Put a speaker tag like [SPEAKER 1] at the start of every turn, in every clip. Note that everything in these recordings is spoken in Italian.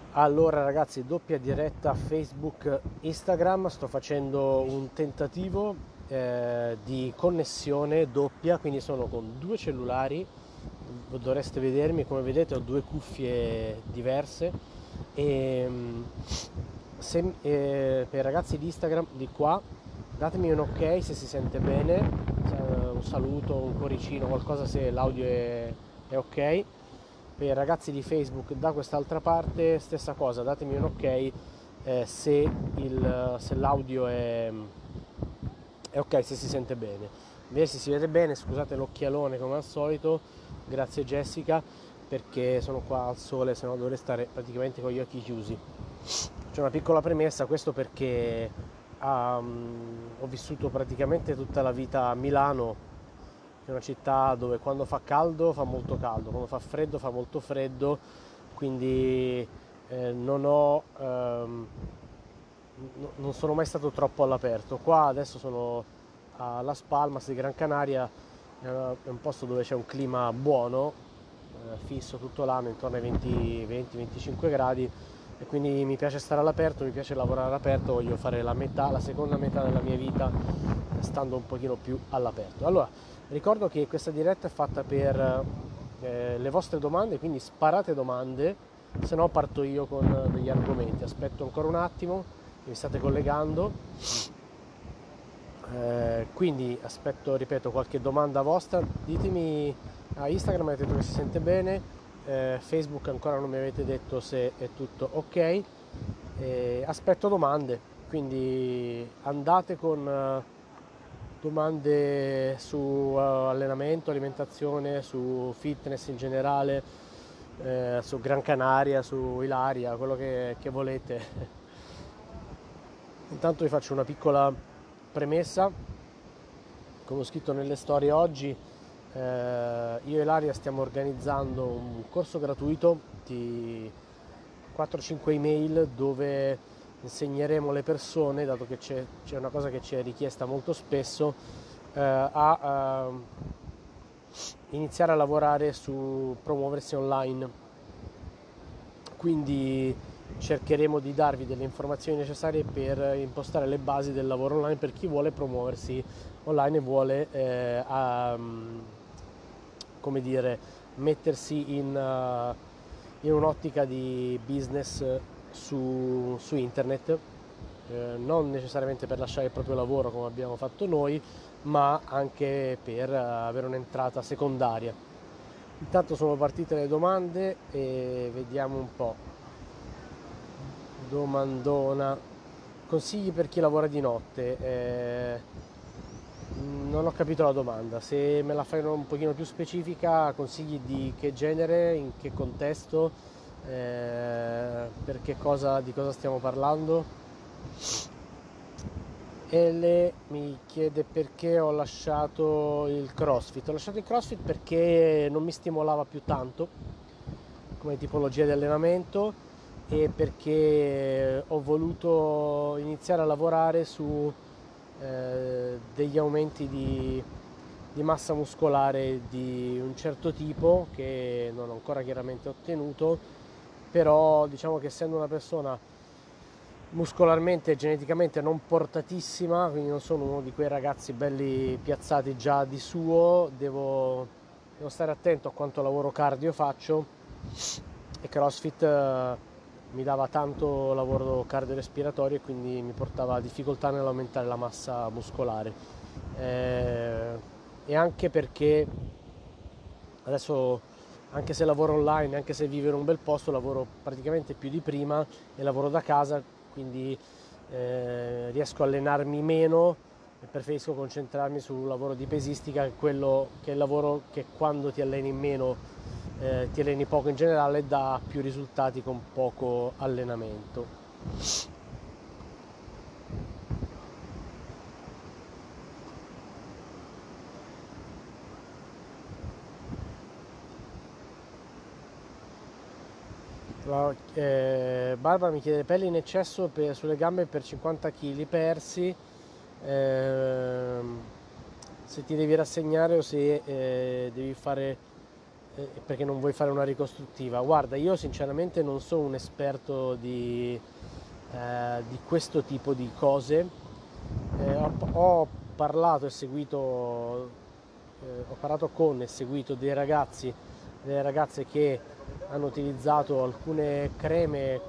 [SPEAKER 1] Allora ragazzi, doppia diretta Facebook, Instagram, sto facendo un tentativo di connessione doppia, quindi sono con due cellulari, dovreste vedermi, come vedete ho due cuffie diverse e per i ragazzi di Instagram di qua datemi un ok se si sente bene, un saluto, un cuoricino, qualcosa se l'audio è ok. Per i ragazzi di Facebook da quest'altra parte stessa cosa, datemi un ok se l'audio è ok, se si sente bene. Invece se si vede bene, scusate l'occhialone come al solito, grazie Jessica, perché sono qua al sole, se no dovrei stare praticamente con gli occhi chiusi. C'è una piccola premessa, questo perché ho vissuto praticamente tutta la vita a Milano, che è una città dove quando fa caldo fa molto caldo, quando fa freddo fa molto freddo, quindi non sono mai stato troppo all'aperto. Qua adesso sono a Las Palmas di Gran Canaria, è un posto dove c'è un clima buono, fisso tutto l'anno, intorno ai 20-25 gradi, e quindi mi piace stare all'aperto, mi piace lavorare all'aperto, voglio fare la seconda metà della mia vita stando un pochino più all'aperto. Allora, ricordo che questa diretta è fatta per le vostre domande, quindi sparate domande, se no parto io con degli argomenti. Aspetto ancora un attimo, mi state collegando, quindi aspetto, ripeto, qualche domanda vostra. Ditemi a Instagram, avete detto che si sente bene, Facebook ancora non mi avete detto se è tutto ok, aspetto domande, quindi andate con domande su allenamento, alimentazione, su fitness in generale, su Gran Canaria, su Ilaria, quello che volete. Intanto vi faccio una piccola premessa, come ho scritto nelle storie oggi, io e Ilaria stiamo organizzando un corso gratuito di 4-5 email dove insegneremo le persone, dato che c'è una cosa che ci è richiesta molto spesso, a iniziare a lavorare su promuoversi online. Quindi cercheremo di darvi delle informazioni necessarie per impostare le basi del lavoro online per chi vuole promuoversi online e vuole come dire, mettersi in un'ottica di business su internet, non necessariamente per lasciare il proprio lavoro come abbiamo fatto noi, ma anche per avere un'entrata secondaria. Intanto sono partite le domande e vediamo un po'. Domandona. Consigli per chi lavora di notte? Non ho capito la domanda. Se me la fai un pochino più specifica, consigli di che genere, in che contesto, per che cosa, di cosa stiamo parlando? Ele mi chiede perché ho lasciato il CrossFit. Ho lasciato il CrossFit perché non mi stimolava più tanto come tipologia di allenamento e perché ho voluto iniziare a lavorare su degli aumenti di massa muscolare di un certo tipo che non ho ancora chiaramente ottenuto, però diciamo che essendo una persona muscolarmente e geneticamente non portatissima, quindi non sono uno di quei ragazzi belli piazzati già di suo, devo stare attento a quanto lavoro cardio faccio, e CrossFit mi dava tanto lavoro cardiorespiratorio e quindi mi portava a difficoltà nell'aumentare la massa muscolare. E anche perché adesso, anche se lavoro online, anche se vivo in un bel posto, lavoro praticamente più di prima e lavoro da casa, quindi riesco a allenarmi meno e preferisco concentrarmi sul lavoro di pesistica, che è il lavoro che quando ti alleni meno, ti alleni poco in generale, dà più risultati con poco allenamento. Barbara mi chiede pelli in eccesso sulle gambe per 50 kg persi, se ti devi rassegnare o se devi fare perché non vuoi fare una ricostruttiva. Guarda, io sinceramente non sono un esperto di questo tipo di cose. Ho parlato e seguito, ho parlato con e seguito dei ragazzi, delle ragazze che hanno utilizzato alcune creme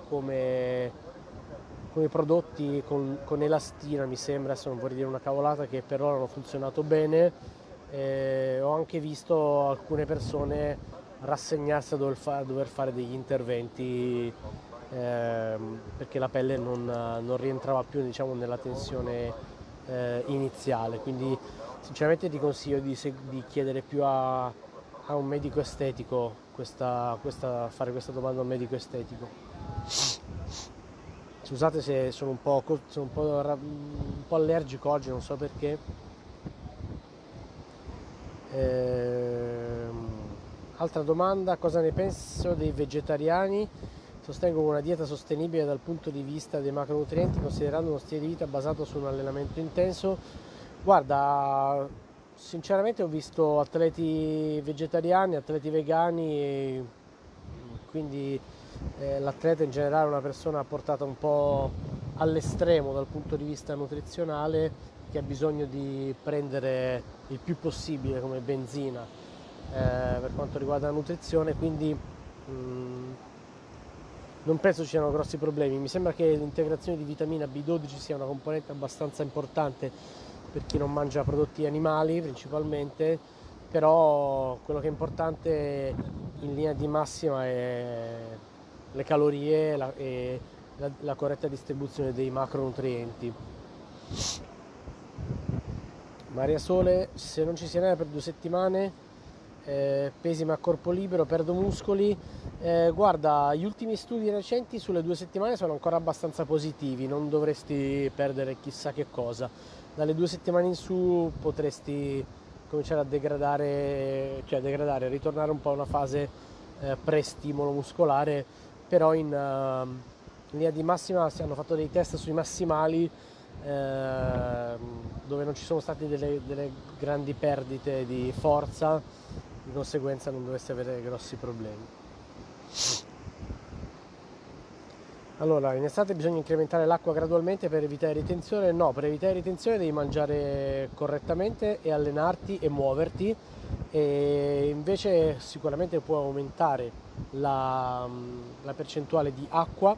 [SPEAKER 1] come prodotti con elastina, mi sembra, adesso non vorrei dire una cavolata, che per loro hanno funzionato bene. Ho anche visto alcune persone rassegnarsi a dover fare degli interventi perché la pelle non rientrava più, diciamo, nella tensione iniziale, quindi sinceramente ti consiglio di chiedere più a un medico estetico fare questa domanda a un medico estetico. Scusate se sono un po' allergico oggi, non so perché. Altra domanda: cosa ne penso dei vegetariani? Sostengo una dieta sostenibile dal punto di vista dei macronutrienti, considerando uno stile di vita basato su un allenamento intenso. Guarda, sinceramente ho visto atleti vegetariani, atleti vegani, quindi l'atleta in generale è una persona portata un po' all'estremo dal punto di vista nutrizionale, che ha bisogno di prendere il più possibile come benzina per quanto riguarda la nutrizione, quindi non penso ci siano grossi problemi. Mi sembra che l'integrazione di vitamina B12 sia una componente abbastanza importante per chi non mangia prodotti animali principalmente, però quello che è importante in linea di massima è le calorie e la corretta distribuzione dei macronutrienti. Maria Sole: se non ci si allena per 2 settimane, pesi ma a corpo libero, perdo muscoli. Guarda, gli ultimi studi recenti sulle 2 settimane sono ancora abbastanza positivi, non dovresti perdere chissà che cosa. Dalle 2 settimane in su potresti cominciare a degradare, ritornare un po' a una fase pre-stimolo muscolare, però in linea di massima hanno fatto dei test sui massimali dove non ci sono state delle grandi perdite di forza, di conseguenza non dovreste avere grossi problemi. Allora, in estate bisogna incrementare l'acqua gradualmente per evitare ritenzione? No, per evitare ritenzione devi mangiare correttamente e allenarti e muoverti, e invece sicuramente puoi aumentare la percentuale di acqua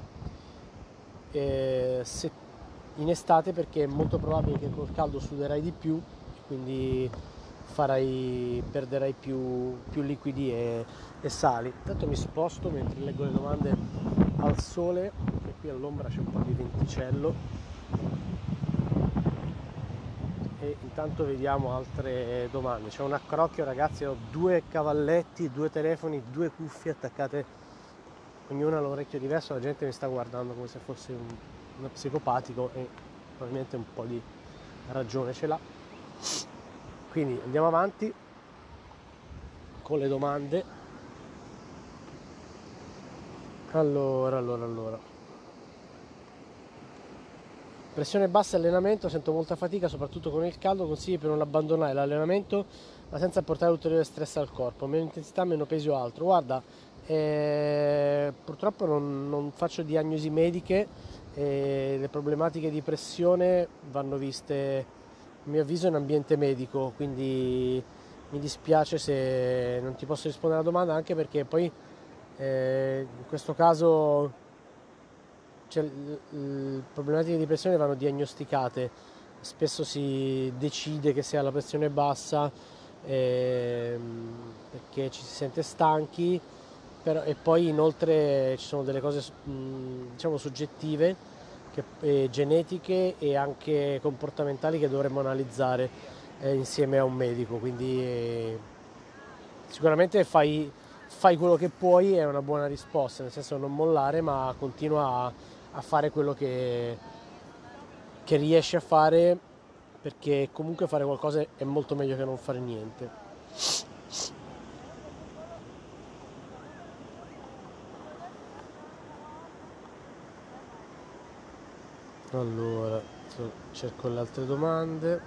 [SPEAKER 1] in estate, perché è molto probabile che col caldo suderai di più, quindi perderai più liquidi e sali. Intanto mi sposto mentre leggo le domande al sole, perché qui all'ombra c'è un po' di venticello, e intanto vediamo altre domande. C'è un accrocchio, ragazzi, ho 2 cavalletti, 2 telefoni, 2 cuffie attaccate, ognuna all'orecchio diverso, la gente mi sta guardando come se fosse uno psicopatico, e probabilmente un po' di ragione ce l'ha. Quindi andiamo avanti con le domande. Allora. Pressione bassa e allenamento, sento molta fatica soprattutto con il caldo, consigli per non abbandonare l'allenamento ma senza portare ulteriore stress al corpo, meno intensità, meno peso o altro? Guarda, purtroppo non faccio diagnosi mediche, le problematiche di pressione vanno viste, a mio avviso, in ambiente medico, quindi mi dispiace se non ti posso rispondere alla domanda, anche perché poi in questo caso le problematiche di pressione vanno diagnosticate. Spesso si decide che si ha la pressione bassa perché ci si sente stanchi, e poi inoltre ci sono delle cose diciamo soggettive, genetiche e anche comportamentali, che dovremmo analizzare insieme a un medico, quindi sicuramente fai quello che puoi, è una buona risposta, nel senso non mollare, ma continua a fare quello che riesci a fare, perché comunque fare qualcosa è molto meglio che non fare niente. Allora, cerco le altre domande.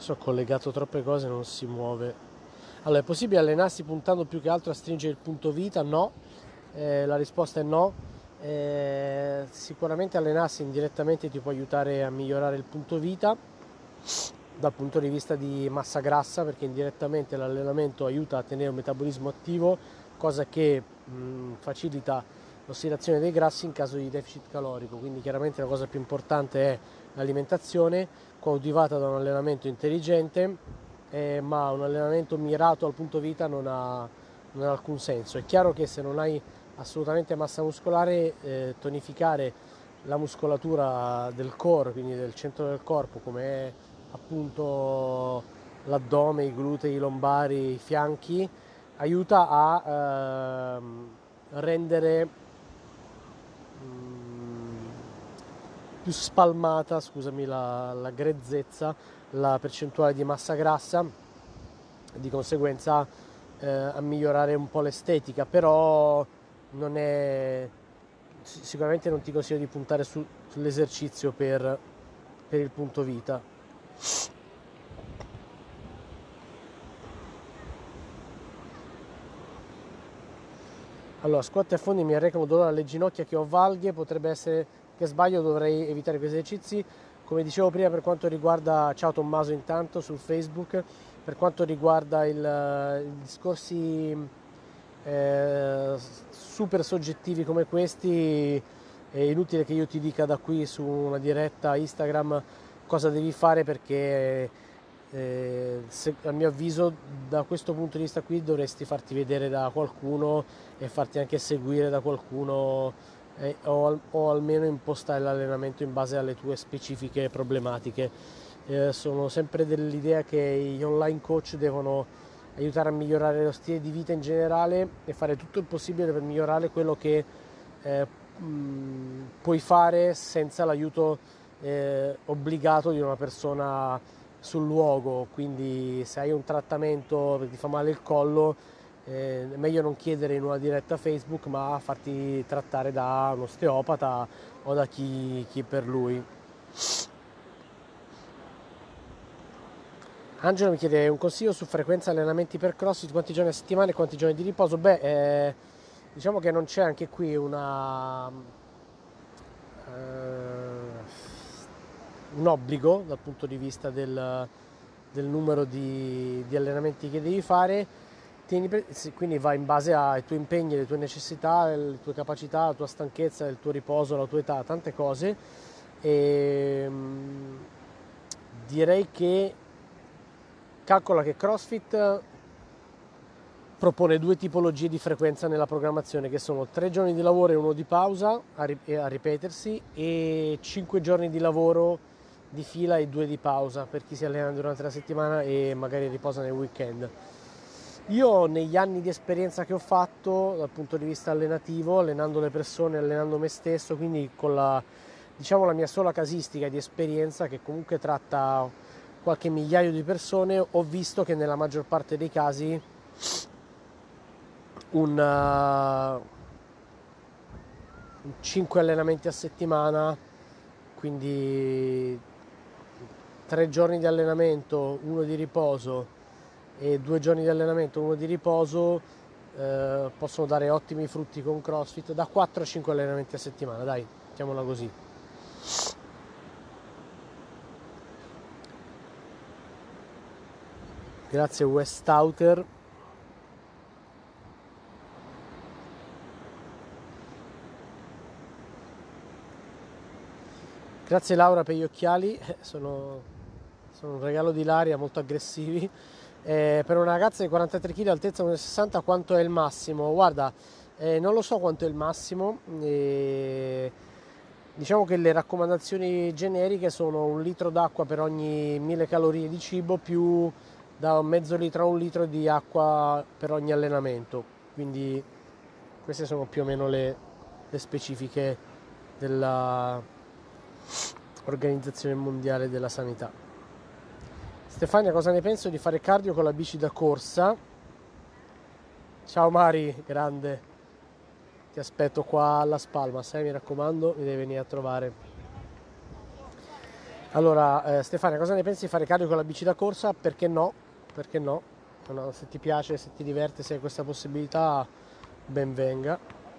[SPEAKER 1] ho collegato troppe cose, non si muove. Allora, è possibile allenarsi puntando più che altro a stringere il punto vita? No, la risposta è no. Sicuramente allenarsi indirettamente ti può aiutare a migliorare il punto vita dal punto di vista di massa grassa, perché indirettamente l'allenamento aiuta a tenere un metabolismo attivo, cosa che facilita l'ossidazione dei grassi in caso di deficit calorico. Quindi chiaramente la cosa più importante è l'alimentazione, coadiuvata da un allenamento intelligente, ma un allenamento mirato al punto vita non ha alcun senso. È chiaro che se non hai assolutamente massa muscolare, tonificare la muscolatura del core, quindi del centro del corpo, come è appunto l'addome, i glutei, i lombari, i fianchi, aiuta a rendere più spalmata, scusami la grezzezza, la percentuale di massa grassa, di conseguenza a migliorare un po' l'estetica, però non è, sicuramente non ti consiglio di puntare sull'esercizio per il punto vita. Allora, squat e affondi mi arrecano dolore alle ginocchia che ho valghe, potrebbe essere che sbaglio, dovrei evitare questi esercizi. Come dicevo prima, per quanto riguarda, ciao Tommaso intanto sul Facebook, per quanto riguarda i discorsi super soggettivi come questi, è inutile che io ti dica da qui su una diretta Instagram cosa devi fare, perché a mio avviso da questo punto di vista qui dovresti farti vedere da qualcuno e farti anche seguire da qualcuno, o almeno impostare l'allenamento in base alle tue specifiche problematiche. Sono sempre dell'idea che gli online coach devono aiutare a migliorare lo stile di vita in generale e fare tutto il possibile per migliorare quello che puoi fare senza l'aiuto obbligato di una persona sul luogo. Quindi se hai un trattamento perché ti fa male il collo, è meglio non chiedere in una diretta Facebook, ma farti trattare da un osteopata o da chi per lui. Angelo mi chiede un consiglio su frequenza allenamenti per CrossFit, quanti giorni a settimana e quanti giorni di riposo. Diciamo che non c'è anche qui un obbligo dal punto di vista del numero di allenamenti che devi fare, quindi va in base ai tuoi impegni, alle tue necessità, alle tue capacità, la tua stanchezza, il tuo riposo, la tua età, tante cose. E direi che calcola che CrossFit propone due tipologie di frequenza nella programmazione, che sono 3 giorni di lavoro e 1 di pausa a ripetersi, e 5 giorni di lavoro di fila e 2 di pausa per chi si allena durante la settimana e magari riposa nei weekend. Io negli anni di esperienza che ho fatto dal punto di vista allenativo, allenando le persone, allenando me stesso, quindi con la mia sola casistica di esperienza, che comunque tratta qualche migliaio di persone, ho visto che nella maggior parte dei casi 5 allenamenti a settimana, quindi 3 giorni di allenamento, 1 di riposo e 2 giorni di allenamento, 1 di riposo, possono dare ottimi frutti con CrossFit, da 4 a 5 allenamenti a settimana, dai, mettiamola così. Grazie Westouter. Grazie Laura per gli occhiali, sono un regalo di Ilaria, molto aggressivi. Per una ragazza di 43 kg, altezza 1,60, quanto è il massimo? Guarda, non lo so quanto è il massimo. Diciamo che le raccomandazioni generiche sono 1 litro d'acqua per ogni 1000 calorie di cibo, più da mezzo litro a 1 litro di acqua per ogni allenamento. Quindi queste sono più o meno le specifiche della Organizzazione Mondiale della Sanità. Stefania, cosa ne penso di fare cardio con la bici da corsa? Ciao Mari, grande, ti aspetto qua alla Spalma, mi raccomando, mi devi venire a trovare. Allora, Stefania, cosa ne pensi di fare cardio con la bici da corsa? Perché no? Perché no? No, se ti piace, se ti diverte, se hai questa possibilità, ben venga.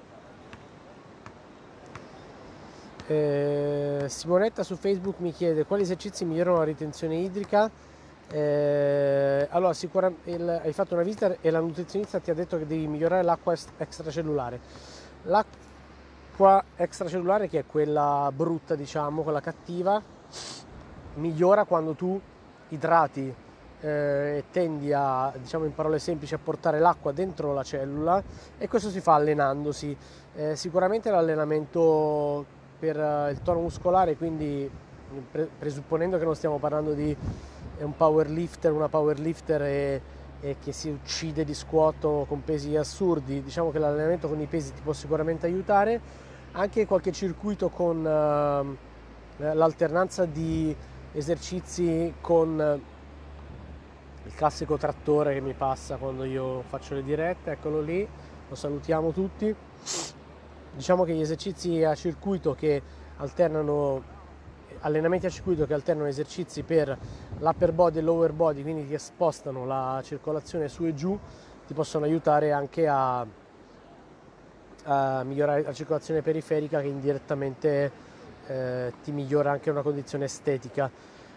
[SPEAKER 1] Simonetta su Facebook mi chiede quali esercizi migliorano la ritenzione idrica. Allora, sicuramente hai fatto una visita e la nutrizionista ti ha detto che devi migliorare l'acqua extracellulare. L'acqua extracellulare, che è quella brutta, diciamo, quella cattiva, migliora quando tu idrati e tendi a, diciamo in parole semplici, a portare l'acqua dentro la cellula, e questo si fa allenandosi. Sicuramente l'allenamento per il tono muscolare, quindi presupponendo che non stiamo parlando di un powerlifter, una powerlifter e che si uccide di squat o con pesi assurdi, diciamo che l'allenamento con i pesi ti può sicuramente aiutare. Anche qualche circuito con l'alternanza di esercizi con il classico trattore che mi passa quando io faccio le dirette, eccolo lì, lo salutiamo tutti. Diciamo che gli esercizi a circuito che alternano, allenamenti a circuito che alternano esercizi per l'upper body e lower body, quindi che spostano la circolazione su e giù, ti possono aiutare anche a migliorare la circolazione periferica, che indirettamente ti migliora anche una condizione estetica.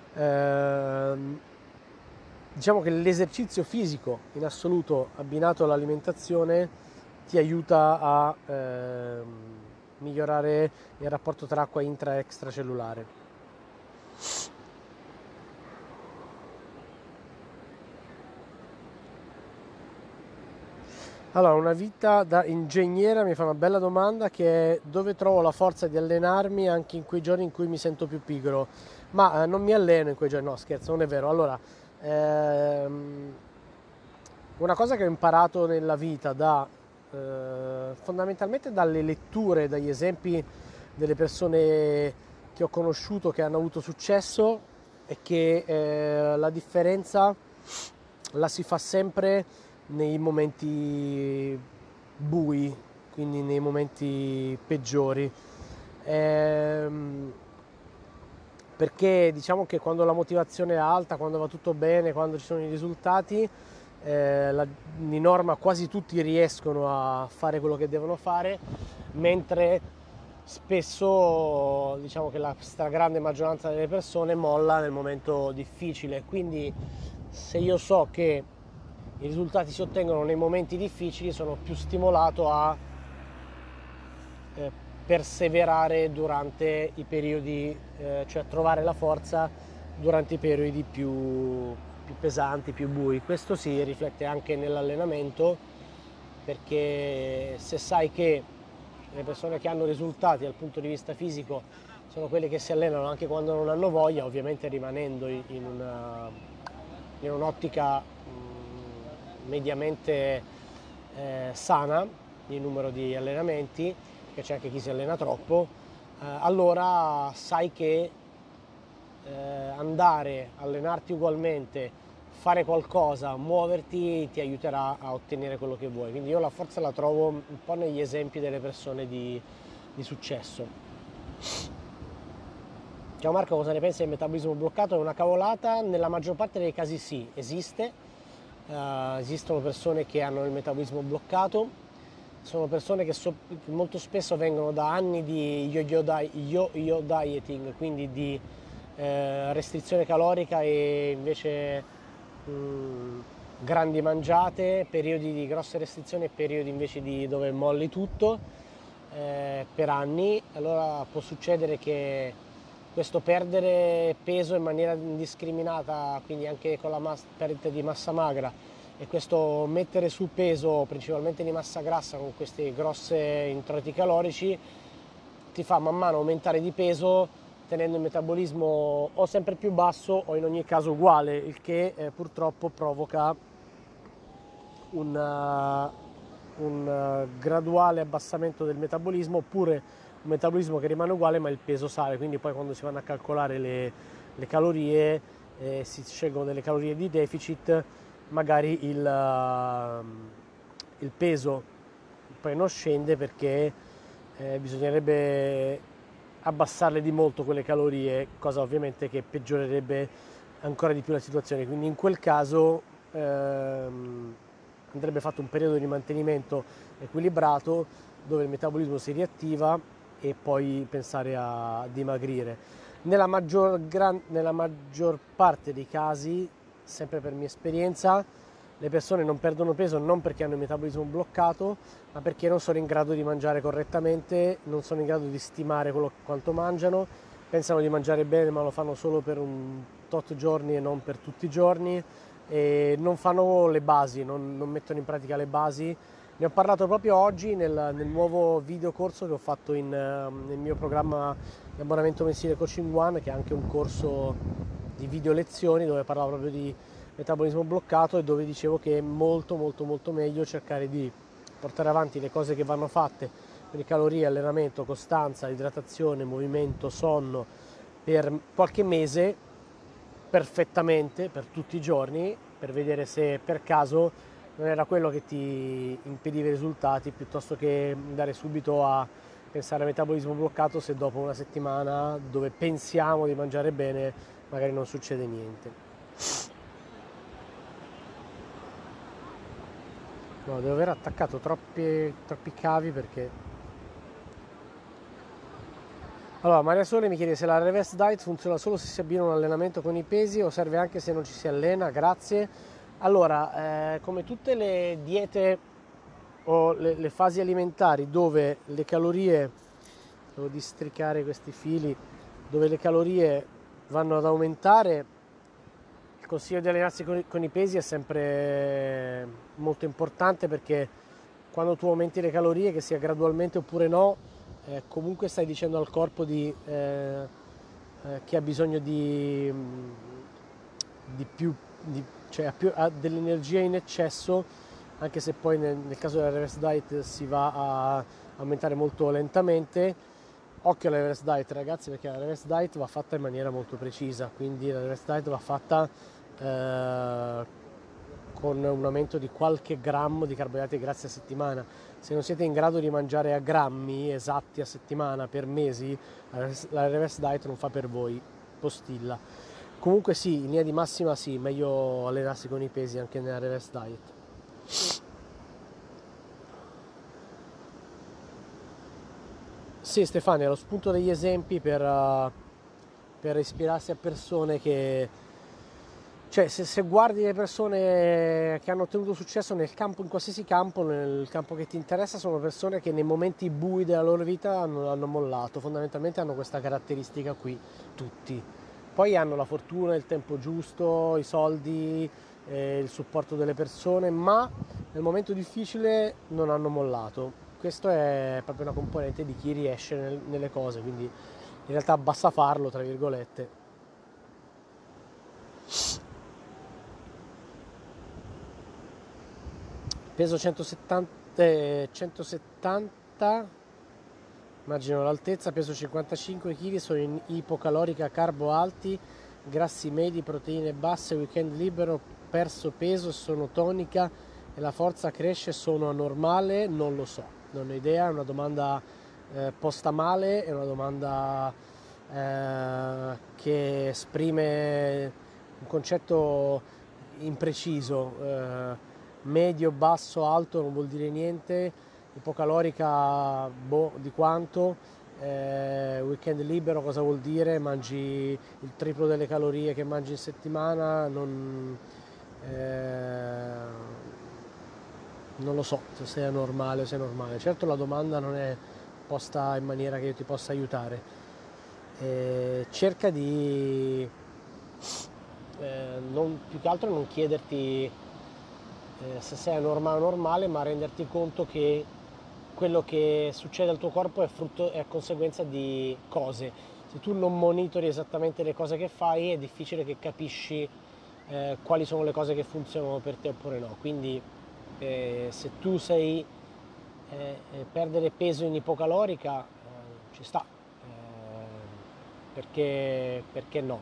[SPEAKER 1] Diciamo che l'esercizio fisico in assoluto abbinato all'alimentazione ti aiuta a migliorare il rapporto tra acqua intra e extracellulare. Allora, una vita da ingegnere mi fa una bella domanda, che è: dove trovo la forza di allenarmi anche in quei giorni in cui mi sento più pigro? Ma non mi alleno in quei giorni, no scherzo, non è vero. Allora, una cosa che ho imparato nella vita fondamentalmente dalle letture, dagli esempi delle persone che ho conosciuto che hanno avuto successo, è che la differenza la si fa sempre nei momenti bui, quindi nei momenti peggiori. Perché diciamo che quando la motivazione è alta, quando va tutto bene, quando ci sono i risultati, di norma quasi tutti riescono a fare quello che devono fare, mentre spesso diciamo che la stragrande maggioranza delle persone molla nel momento difficile. Quindi se io so che i risultati si ottengono nei momenti difficili, sono più stimolato a perseverare durante i periodi, cioè trovare la forza durante i periodi più pesanti, più bui. Questo si riflette anche nell'allenamento, perché se sai che le persone che hanno risultati dal punto di vista fisico sono quelle che si allenano anche quando non hanno voglia, ovviamente rimanendo in un'ottica mediamente sana di numero di allenamenti, che c'è anche chi si allena troppo, allora sai che andare, allenarti ugualmente, fare qualcosa, muoverti ti aiuterà a ottenere quello che vuoi. Quindi io la forza la trovo un po' negli esempi delle persone di successo. Ciao Marco, cosa ne pensi del metabolismo bloccato? È una cavolata? Nella maggior parte dei casi sì, esiste. Esistono persone che hanno il metabolismo bloccato, sono persone che molto spesso vengono da anni di yo-yo dieting, quindi di restrizione calorica e invece grandi mangiate, periodi di grosse restrizioni e periodi invece di dove molli tutto per anni. Allora può succedere che questo perdere peso in maniera indiscriminata, quindi anche con la perdita di massa magra, e questo mettere su peso principalmente di massa grassa con questi grossi introiti calorici, ti fa man mano aumentare di peso tenendo il metabolismo o sempre più basso o in ogni caso uguale, il che purtroppo provoca un graduale abbassamento del metabolismo, oppure un metabolismo che rimane uguale ma il peso sale. Quindi poi quando si vanno a calcolare le calorie, si scelgono delle calorie di deficit, magari il peso poi non scende perché bisognerebbe abbassarle di molto quelle calorie, cosa ovviamente che peggiorerebbe ancora di più la situazione. Quindi in quel caso andrebbe fatto un periodo di mantenimento equilibrato dove il metabolismo si riattiva e poi pensare a dimagrire. Nella maggior parte dei casi, sempre per mia esperienza, le persone non perdono peso non perché hanno il metabolismo bloccato, ma perché non sono in grado di mangiare correttamente, non sono in grado di stimare quanto mangiano, pensano di mangiare bene ma lo fanno solo per un tot giorni e non per tutti i giorni, e non fanno le basi, non mettono in pratica le basi. Ne ho parlato proprio oggi nel nuovo video corso che ho fatto nel mio programma di abbonamento mensile Coaching One, che è anche un corso di video lezioni dove parlavo proprio di metabolismo bloccato e dove dicevo che è molto molto molto meglio cercare di portare avanti le cose che vanno fatte, quindi calorie, allenamento, costanza, idratazione, movimento, sonno, per qualche mese perfettamente, per tutti i giorni, per vedere se per caso non era quello che ti impediva i risultati, piuttosto che andare subito a pensare a metabolismo bloccato se dopo una settimana dove pensiamo di mangiare bene magari non succede niente. No, devo aver attaccato troppi cavi perché... Allora, Maria Sole mi chiede se la reverse diet funziona solo se si abbina un allenamento con i pesi o serve anche se non ci si allena, grazie. Allora, come tutte le diete o le fasi alimentari dove le calorie, devo districare questi fili, dove le calorie vanno ad aumentare, il consiglio di allenarsi con i pesi è sempre molto importante, perché quando tu aumenti le calorie, che sia gradualmente oppure no, comunque stai dicendo al corpo che ha bisogno di più, cioè ha dell'energia in eccesso, anche se poi nel caso della reverse diet si va a aumentare molto lentamente. Occhio alla reverse diet, ragazzi, perché la reverse diet va fatta in maniera molto precisa, quindi la reverse diet va fatta con un aumento di qualche grammo di carboidrati e grassi a settimana. Se non siete in grado di mangiare a grammi esatti a settimana per mesi, la reverse diet non fa per voi, postilla. Comunque sì, in linea di massima sì, meglio allenarsi con i pesi anche nella reverse diet. Sì, Stefania, lo spunto degli esempi per ispirarsi a persone che... Cioè, se guardi le persone che hanno ottenuto successo nel campo, in qualsiasi campo, nel campo che ti interessa, sono persone che nei momenti bui della loro vita hanno mollato. Fondamentalmente hanno questa caratteristica qui, tutti. Poi hanno la fortuna, il tempo giusto, i soldi, il supporto delle persone, ma nel momento difficile non hanno mollato. Questo è proprio una componente di chi riesce nelle cose, quindi in realtà basta farlo, tra virgolette. Peso 170, immagino l'altezza, peso 55 kg, sono in ipocalorica, carbo alti, grassi medi, proteine basse, weekend libero, perso peso, sono tonica e la forza cresce, sono anormale, non lo so, non ho idea, è una domanda posta male, è una domanda che esprime un concetto impreciso. Medio, basso, alto non vuol dire niente, ipocalorica boh, di quanto, weekend libero cosa vuol dire? Mangi il triplo delle calorie che mangi in settimana, non lo so se è normale o se è normale. Certo, la domanda non è posta in maniera che io ti possa aiutare. Cerca di più che altro non chiederti se sei anormale o normale, ma renderti conto che quello che succede al tuo corpo è conseguenza di cose. Se tu non monitori esattamente le cose che fai, è difficile che capisci quali sono le cose che funzionano per te oppure no. Quindi se tu sei perdere peso in ipocalorica, ci sta, perché no?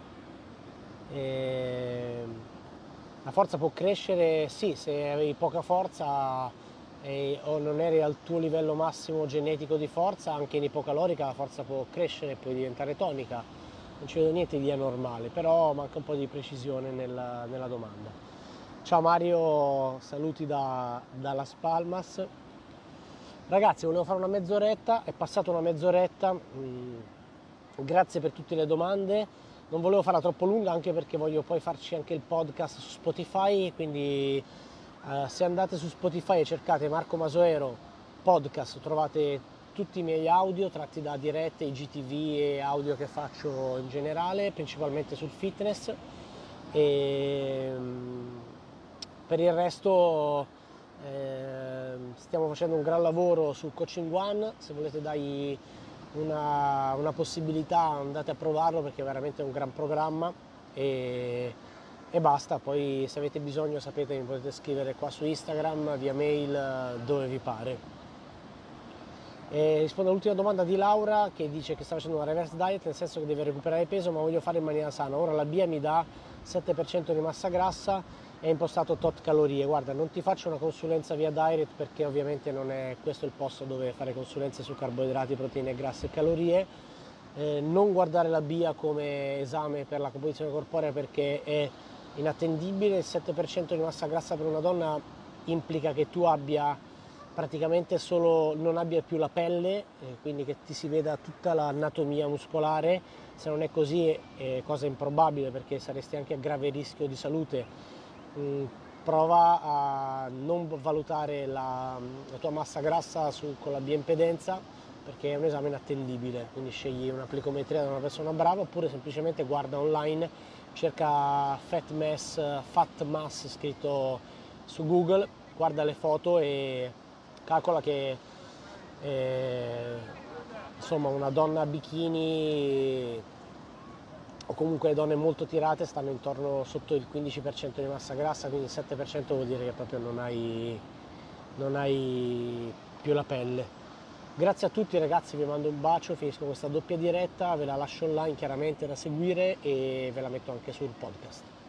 [SPEAKER 1] La forza può crescere, sì, se avevi poca forza o non eri al tuo livello massimo genetico di forza, anche in ipocalorica la forza può crescere e puoi diventare tonica, non ci vedo niente di anormale, però manca un po' di precisione nella domanda. Ciao Mario, saluti da Las Palmas. Ragazzi, volevo fare una mezz'oretta, è passata una mezz'oretta, grazie per tutte le domande, non volevo farla troppo lunga anche perché voglio poi farci anche il podcast su Spotify, quindi se andate su Spotify e cercate Marco Masoero podcast trovate tutti i miei audio tratti da dirette, IGTV e audio che faccio in generale, principalmente sul fitness. E per il resto stiamo facendo un gran lavoro sul Coaching One, se volete dargli una possibilità andate a provarlo perché è veramente un gran programma e basta, poi se avete bisogno sapete mi potete scrivere qua su Instagram, via mail, dove vi pare. E rispondo all'ultima domanda di Laura che dice che sta facendo una reverse diet nel senso che deve recuperare peso ma voglio fare in maniera sana. Ora la BIA mi dà 7% di massa grassa e impostato tot calorie. Guarda, non ti faccio una consulenza via direct perché ovviamente non è questo il posto dove fare consulenze su carboidrati, proteine, grassi e calorie. Non guardare la BIA come esame per la composizione corporea perché è inattendibile. Il 7% di massa grassa per una donna implica che tu abbia praticamente solo non abbia più la pelle, quindi che ti si veda tutta l'anatomia muscolare. Se non è così è cosa improbabile perché saresti anche a grave rischio di salute. Prova a non valutare la tua massa grassa con la bioimpedenza perché è un esame inattendibile, quindi scegli un'applicometria da una persona brava oppure semplicemente guarda online, cerca fat mass scritto su Google, guarda le foto e calcola che insomma una donna a bikini o comunque le donne molto tirate stanno intorno sotto il 15% di massa grassa, quindi il 7% vuol dire che proprio non hai più la pelle. Grazie a tutti ragazzi, vi mando un bacio, finisco questa doppia diretta, ve la lascio online chiaramente da seguire e ve la metto anche sul podcast.